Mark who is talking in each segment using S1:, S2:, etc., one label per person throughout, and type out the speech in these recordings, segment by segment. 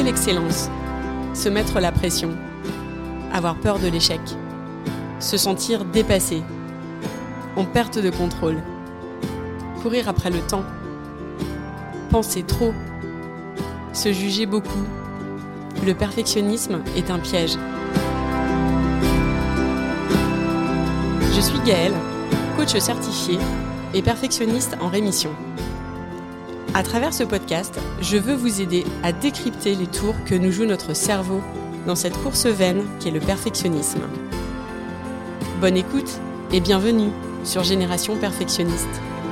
S1: l'excellence, se mettre la pression, avoir peur de l'échec, se sentir dépassé, en perte de contrôle, courir après le temps, penser trop, se juger beaucoup. Le perfectionnisme est un piège. Je suis Gaëlle, coach certifié et perfectionniste en rémission. À travers ce podcast, je veux vous aider à décrypter les tours que nous joue notre cerveau dans cette course vaine qu'est le perfectionnisme. Bonne écoute et bienvenue sur Génération Perfectionniste.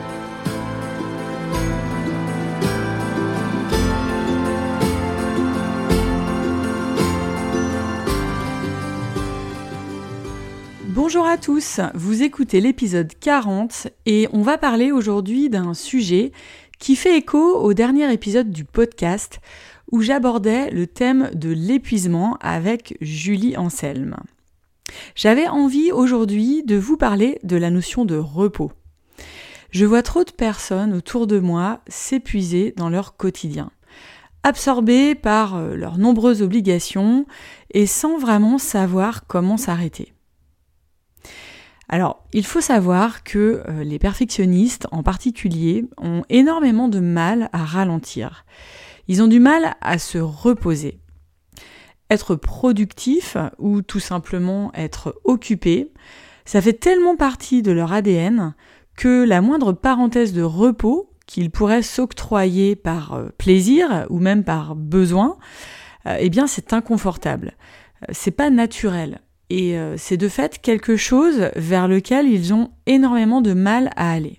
S2: Bonjour à tous, vous écoutez l'épisode 40 et on va parler aujourd'hui d'un sujet qui fait écho au dernier épisode du podcast où j'abordais le thème de l'épuisement avec Julie Anselme. J'avais envie aujourd'hui de vous parler de la notion de repos. Je vois trop de personnes autour de moi s'épuiser dans leur quotidien, absorbées par leurs nombreuses obligations et sans vraiment savoir comment s'arrêter. Alors, il faut savoir que les perfectionnistes en particulier ont énormément de mal à ralentir. Ils ont du mal à se reposer. Être productif ou tout simplement être occupé, ça fait tellement partie de leur ADN que la moindre parenthèse de repos qu'ils pourraient s'octroyer par plaisir ou même par besoin, eh bien c'est inconfortable. C'est pas naturel. Et c'est de fait quelque chose vers lequel ils ont énormément de mal à aller.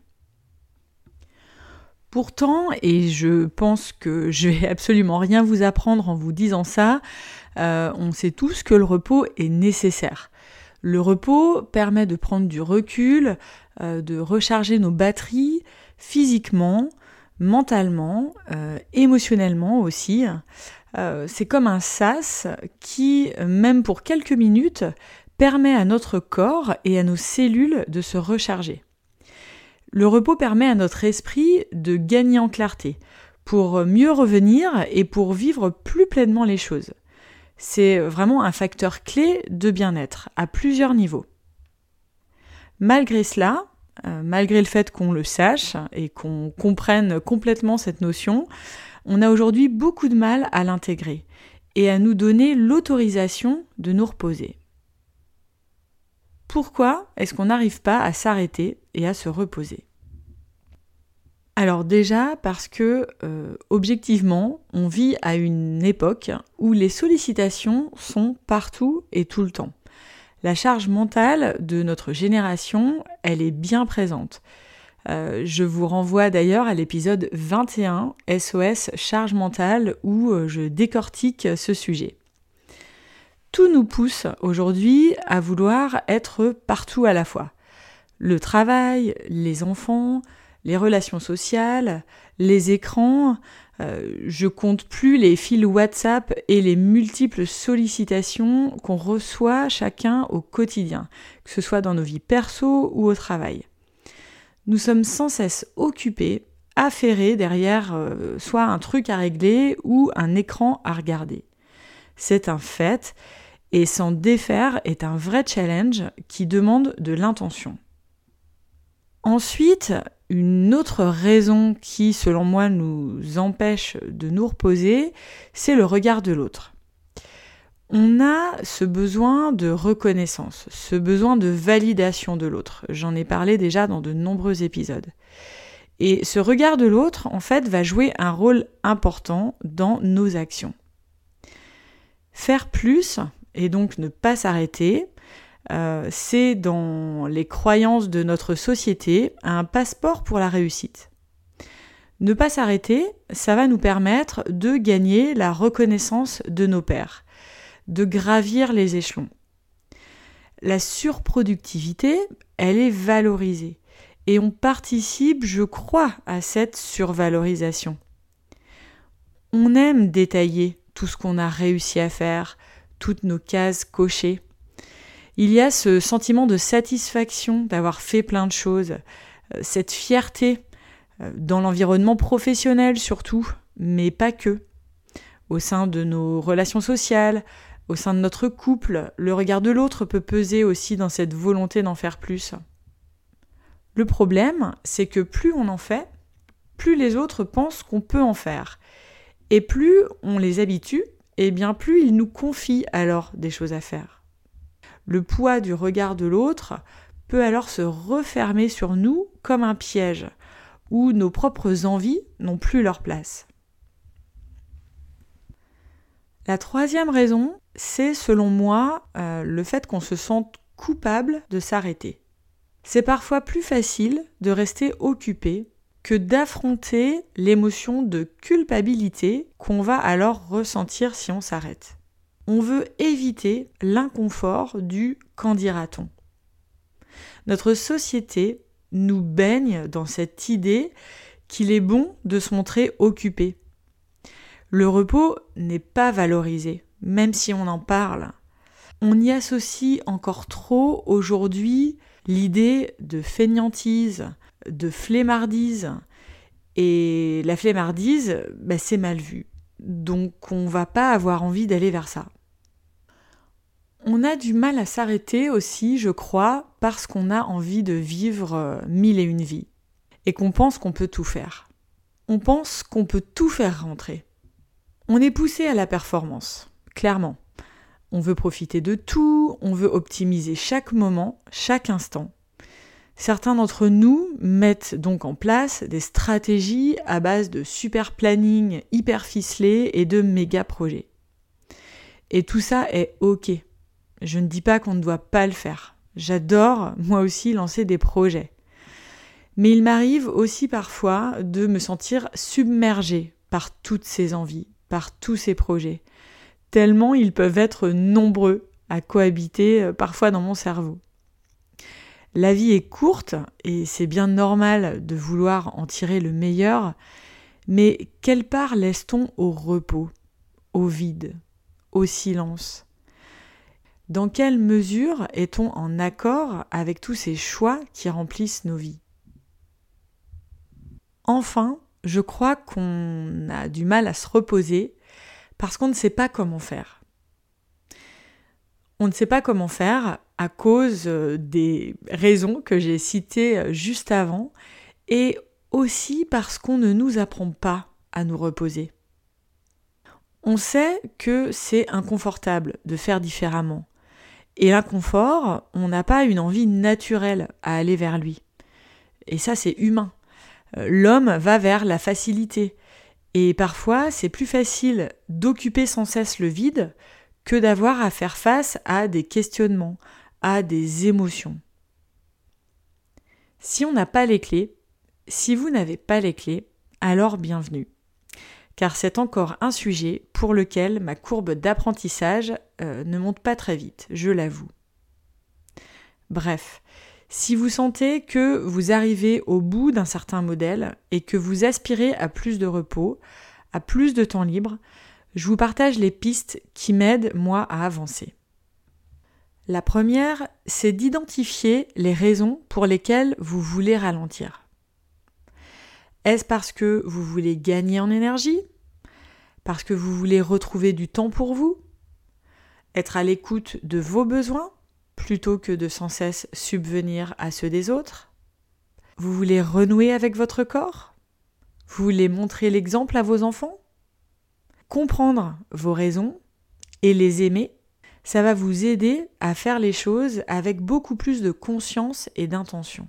S2: Pourtant, et je pense que je vais absolument rien vous apprendre en vous disant ça, on sait tous que le repos est nécessaire. Le repos permet de prendre du recul, de recharger nos batteries physiquement, mentalement, émotionnellement aussi. C'est comme un sas qui, même pour quelques minutes, permet à notre corps et à nos cellules de se recharger. Le repos permet à notre esprit de gagner en clarté, pour mieux revenir et pour vivre plus pleinement les choses. C'est vraiment un facteur clé de bien-être, à plusieurs niveaux. Malgré cela, malgré le fait qu'on le sache et qu'on comprenne complètement cette notion, on a aujourd'hui beaucoup de mal à l'intégrer et à nous donner l'autorisation de nous reposer. Pourquoi est-ce qu'on n'arrive pas à s'arrêter et à se reposer ? Alors déjà parce que, objectivement, on vit à une époque où les sollicitations sont partout et tout le temps. La charge mentale de notre génération, elle est bien présente. Je vous renvoie d'ailleurs à l'épisode 21, SOS charge mentale, où je décortique ce sujet. Tout nous pousse aujourd'hui à vouloir être partout à la fois. Le travail, les enfants, les relations sociales, les écrans, je compte plus les fils WhatsApp et les multiples sollicitations qu'on reçoit chacun au quotidien, que ce soit dans nos vies perso ou au travail. Nous sommes sans cesse occupés, affairés derrière soit un truc à régler ou un écran à regarder. C'est un fait, et s'en défaire est un vrai challenge qui demande de l'intention. Ensuite, une autre raison qui, selon moi, nous empêche de nous reposer, c'est le regard de l'autre. On a ce besoin de reconnaissance, ce besoin de validation de l'autre. J'en ai parlé déjà dans de nombreux épisodes. Et ce regard de l'autre, en fait, va jouer un rôle important dans nos actions. Faire plus, et donc ne pas s'arrêter, c'est dans les croyances de notre société un passeport pour la réussite. Ne pas s'arrêter, ça va nous permettre de gagner la reconnaissance de nos pairs, de gravir les échelons. La surproductivité, elle est valorisée et on participe, je crois, à cette survalorisation. On aime détailler tout ce qu'on a réussi à faire, toutes nos cases cochées. Il y a ce sentiment de satisfaction d'avoir fait plein de choses, cette fierté dans l'environnement professionnel surtout, mais pas que. Au sein de nos relations sociales, au sein de notre couple, le regard de l'autre peut peser aussi dans cette volonté d'en faire plus. Le problème, c'est que plus on en fait, plus les autres pensent qu'on peut en faire. Et plus on les habitue, et bien plus ils nous confient alors des choses à faire. Le poids du regard de l'autre peut alors se refermer sur nous comme un piège, où nos propres envies n'ont plus leur place. La troisième raison, c'est selon moi le fait qu'on se sente coupable de s'arrêter. C'est parfois plus facile de rester occupé que d'affronter l'émotion de culpabilité qu'on va alors ressentir si on s'arrête. On veut éviter l'inconfort du « qu'en dira-t-on ». Notre société nous baigne dans cette idée qu'il est bon de se montrer occupé. Le repos n'est pas valorisé, même si on en parle. On y associe encore trop aujourd'hui l'idée de fainéantise, de flemmardise. Et la flemmardise, c'est mal vu. Donc on va pas avoir envie d'aller vers ça. On a du mal à s'arrêter aussi, je crois, parce qu'on a envie de vivre 1001 vies. Et qu'on pense qu'on peut tout faire. On pense qu'on peut tout faire rentrer. On est poussé à la performance, clairement. On veut profiter de tout, on veut optimiser chaque moment, chaque instant. Certains d'entre nous mettent donc en place des stratégies à base de super planning hyper ficelés et de méga projets. Et tout ça est ok. Je ne dis pas qu'on ne doit pas le faire. J'adore, moi aussi, lancer des projets. Mais il m'arrive aussi parfois de me sentir submergée par toutes ces envies, par tous ces projets, tellement ils peuvent être nombreux à cohabiter parfois dans mon cerveau. La vie est courte et c'est bien normal de vouloir en tirer le meilleur, mais quelle part laisse-t-on au repos, au vide, au silence ? Dans quelle mesure est-on en accord avec tous ces choix qui remplissent nos vies ? Enfin, je crois qu'on a du mal à se reposer parce qu'on ne sait pas comment faire. On ne sait pas comment faire à cause des raisons que j'ai citées juste avant et aussi parce qu'on ne nous apprend pas à nous reposer. On sait que c'est inconfortable de faire différemment. Et l'inconfort, on n'a pas une envie naturelle à aller vers lui. Et ça, c'est humain. L'homme va vers la facilité. Et parfois, c'est plus facile d'occuper sans cesse le vide que d'avoir à faire face à des questionnements, à des émotions. Si on n'a pas les clés, si vous n'avez pas les clés, alors bienvenue. Car c'est encore un sujet pour lequel ma courbe d'apprentissage ne monte pas très vite, je l'avoue. Bref, si vous sentez que vous arrivez au bout d'un certain modèle et que vous aspirez à plus de repos, à plus de temps libre, je vous partage les pistes qui m'aident, moi, à avancer. La première, c'est d'identifier les raisons pour lesquelles vous voulez ralentir. Est-ce parce que vous voulez gagner en énergie ? Parce que vous voulez retrouver du temps pour vous ? Être à l'écoute de vos besoins plutôt que de sans cesse subvenir à ceux des autres ? Vous voulez renouer avec votre corps ? Vous voulez montrer l'exemple à vos enfants ? Comprendre vos raisons et les aimer, ça va vous aider à faire les choses avec beaucoup plus de conscience et d'intention.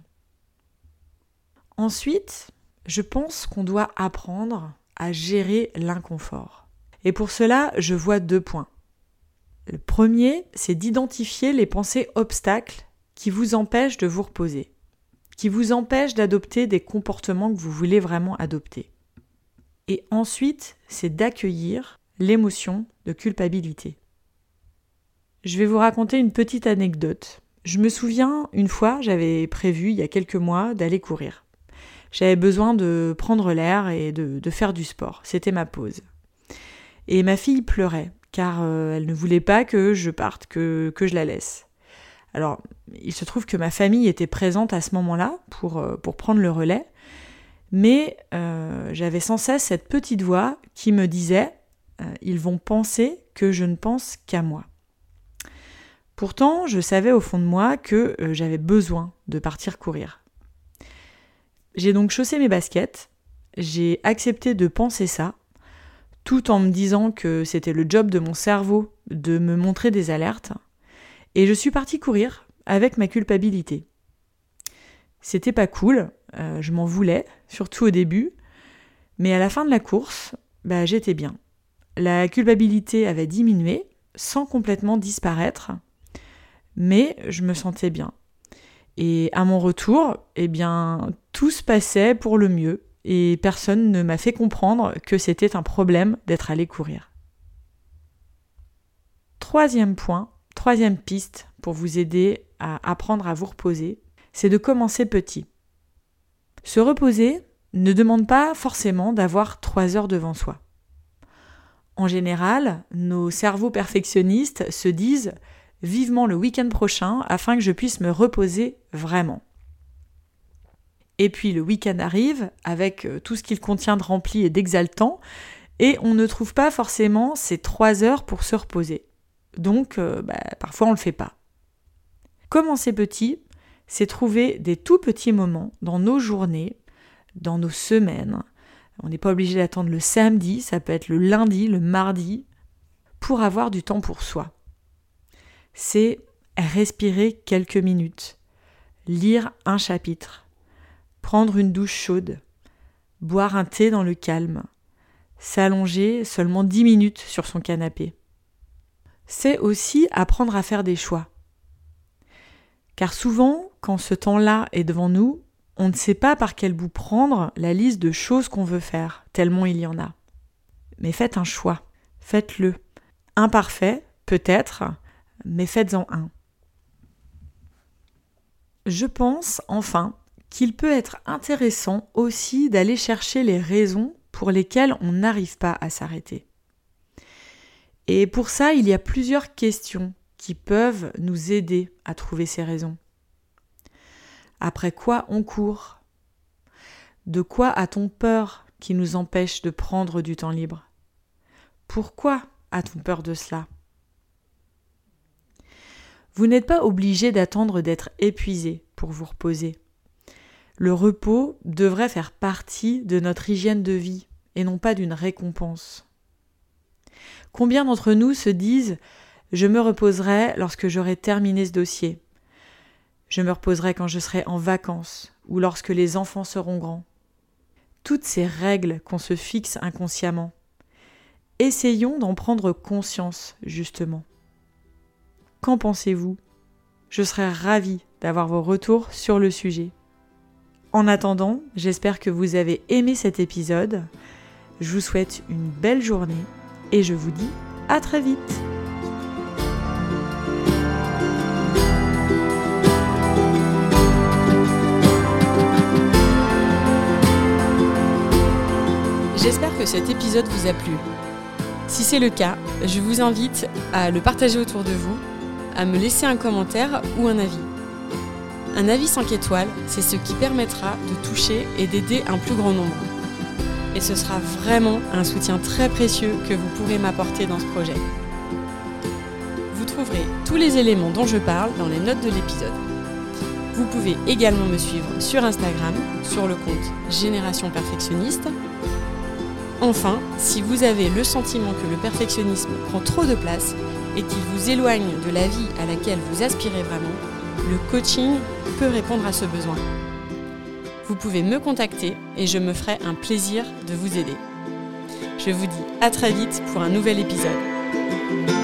S2: Ensuite, je pense qu'on doit apprendre à gérer l'inconfort. Et pour cela, je vois 2 points. Le premier, c'est d'identifier les pensées obstacles qui vous empêchent de vous reposer, qui vous empêchent d'adopter des comportements que vous voulez vraiment adopter. Et ensuite, c'est d'accueillir l'émotion de culpabilité. Je vais vous raconter une petite anecdote. Je me souviens, une fois, j'avais prévu, il y a quelques mois, d'aller courir. J'avais besoin de prendre l'air et de faire du sport. C'était ma pause. Et ma fille pleurait, car elle ne voulait pas que je parte, que je la laisse. Alors, il se trouve que ma famille était présente à ce moment-là pour prendre le relais, mais j'avais sans cesse cette petite voix qui me disait « ils vont penser que je ne pense qu'à moi. Pourtant, je savais au fond de moi que j'avais besoin de partir courir. J'ai donc chaussé mes baskets, j'ai accepté de penser ça, tout en me disant que c'était le job de mon cerveau de me montrer des alertes, et je suis partie courir avec ma culpabilité. C'était pas cool, je m'en voulais, surtout au début, mais à la fin de la course, j'étais bien. La culpabilité avait diminué, sans complètement disparaître, mais je me sentais bien. Et à mon retour, tout se passait pour le mieux et personne ne m'a fait comprendre que c'était un problème d'être allé courir. Troisième point, troisième piste pour vous aider à apprendre à vous reposer, c'est de commencer petit. Se reposer ne demande pas forcément d'avoir 3 heures devant soi. En général, nos cerveaux perfectionnistes se disent vivement le week-end prochain afin que je puisse me reposer vraiment. Et puis le week-end arrive avec tout ce qu'il contient de rempli et d'exaltant et on ne trouve pas forcément ces 3 heures pour se reposer. Donc parfois on ne le fait pas. Commencer petit, c'est trouver des tout petits moments dans nos journées, dans nos semaines. On n'est pas obligé d'attendre le samedi, ça peut être le lundi, le mardi, pour avoir du temps pour soi. C'est respirer quelques minutes, lire un chapitre, prendre une douche chaude, boire un thé dans le calme, s'allonger seulement 10 minutes sur son canapé. C'est aussi apprendre à faire des choix. Car souvent, quand ce temps-là est devant nous, on ne sait pas par quel bout prendre la liste de choses qu'on veut faire, tellement il y en a. Mais faites un choix, faites-le. Imparfait, peut-être, mais faites-en un. Je pense, enfin, qu'il peut être intéressant aussi d'aller chercher les raisons pour lesquelles on n'arrive pas à s'arrêter. Et pour ça, il y a plusieurs questions qui peuvent nous aider à trouver ces raisons. Après quoi on court ? De quoi a-t-on peur qui nous empêche de prendre du temps libre ? Pourquoi a-t-on peur de cela ? Vous n'êtes pas obligé d'attendre d'être épuisé pour vous reposer. Le repos devrait faire partie de notre hygiène de vie et non pas d'une récompense. Combien d'entre nous se disent « Je me reposerai lorsque j'aurai terminé ce dossier. Je me reposerai quand je serai en vacances ou lorsque les enfants seront grands. » Toutes ces règles qu'on se fixe inconsciemment. Essayons d'en prendre conscience, justement. Qu'en pensez-vous ? Je serais ravie d'avoir vos retours sur le sujet. En attendant, j'espère que vous avez aimé cet épisode. Je vous souhaite une belle journée et je vous dis à très vite.
S1: J'espère que cet épisode vous a plu. Si c'est le cas, je vous invite à le partager autour de vous, à me laisser un commentaire ou un avis. Un avis 5 étoiles, c'est ce qui permettra de toucher et d'aider un plus grand nombre. Et ce sera vraiment un soutien très précieux que vous pourrez m'apporter dans ce projet. Vous trouverez tous les éléments dont je parle dans les notes de l'épisode. Vous pouvez également me suivre sur Instagram, sur le compte Génération Perfectionniste. Enfin, si vous avez le sentiment que le perfectionnisme prend trop de place et qu'il vous éloigne de la vie à laquelle vous aspirez vraiment, le coaching peut répondre à ce besoin. Vous pouvez me contacter et je me ferai un plaisir de vous aider. Je vous dis à très vite pour un nouvel épisode.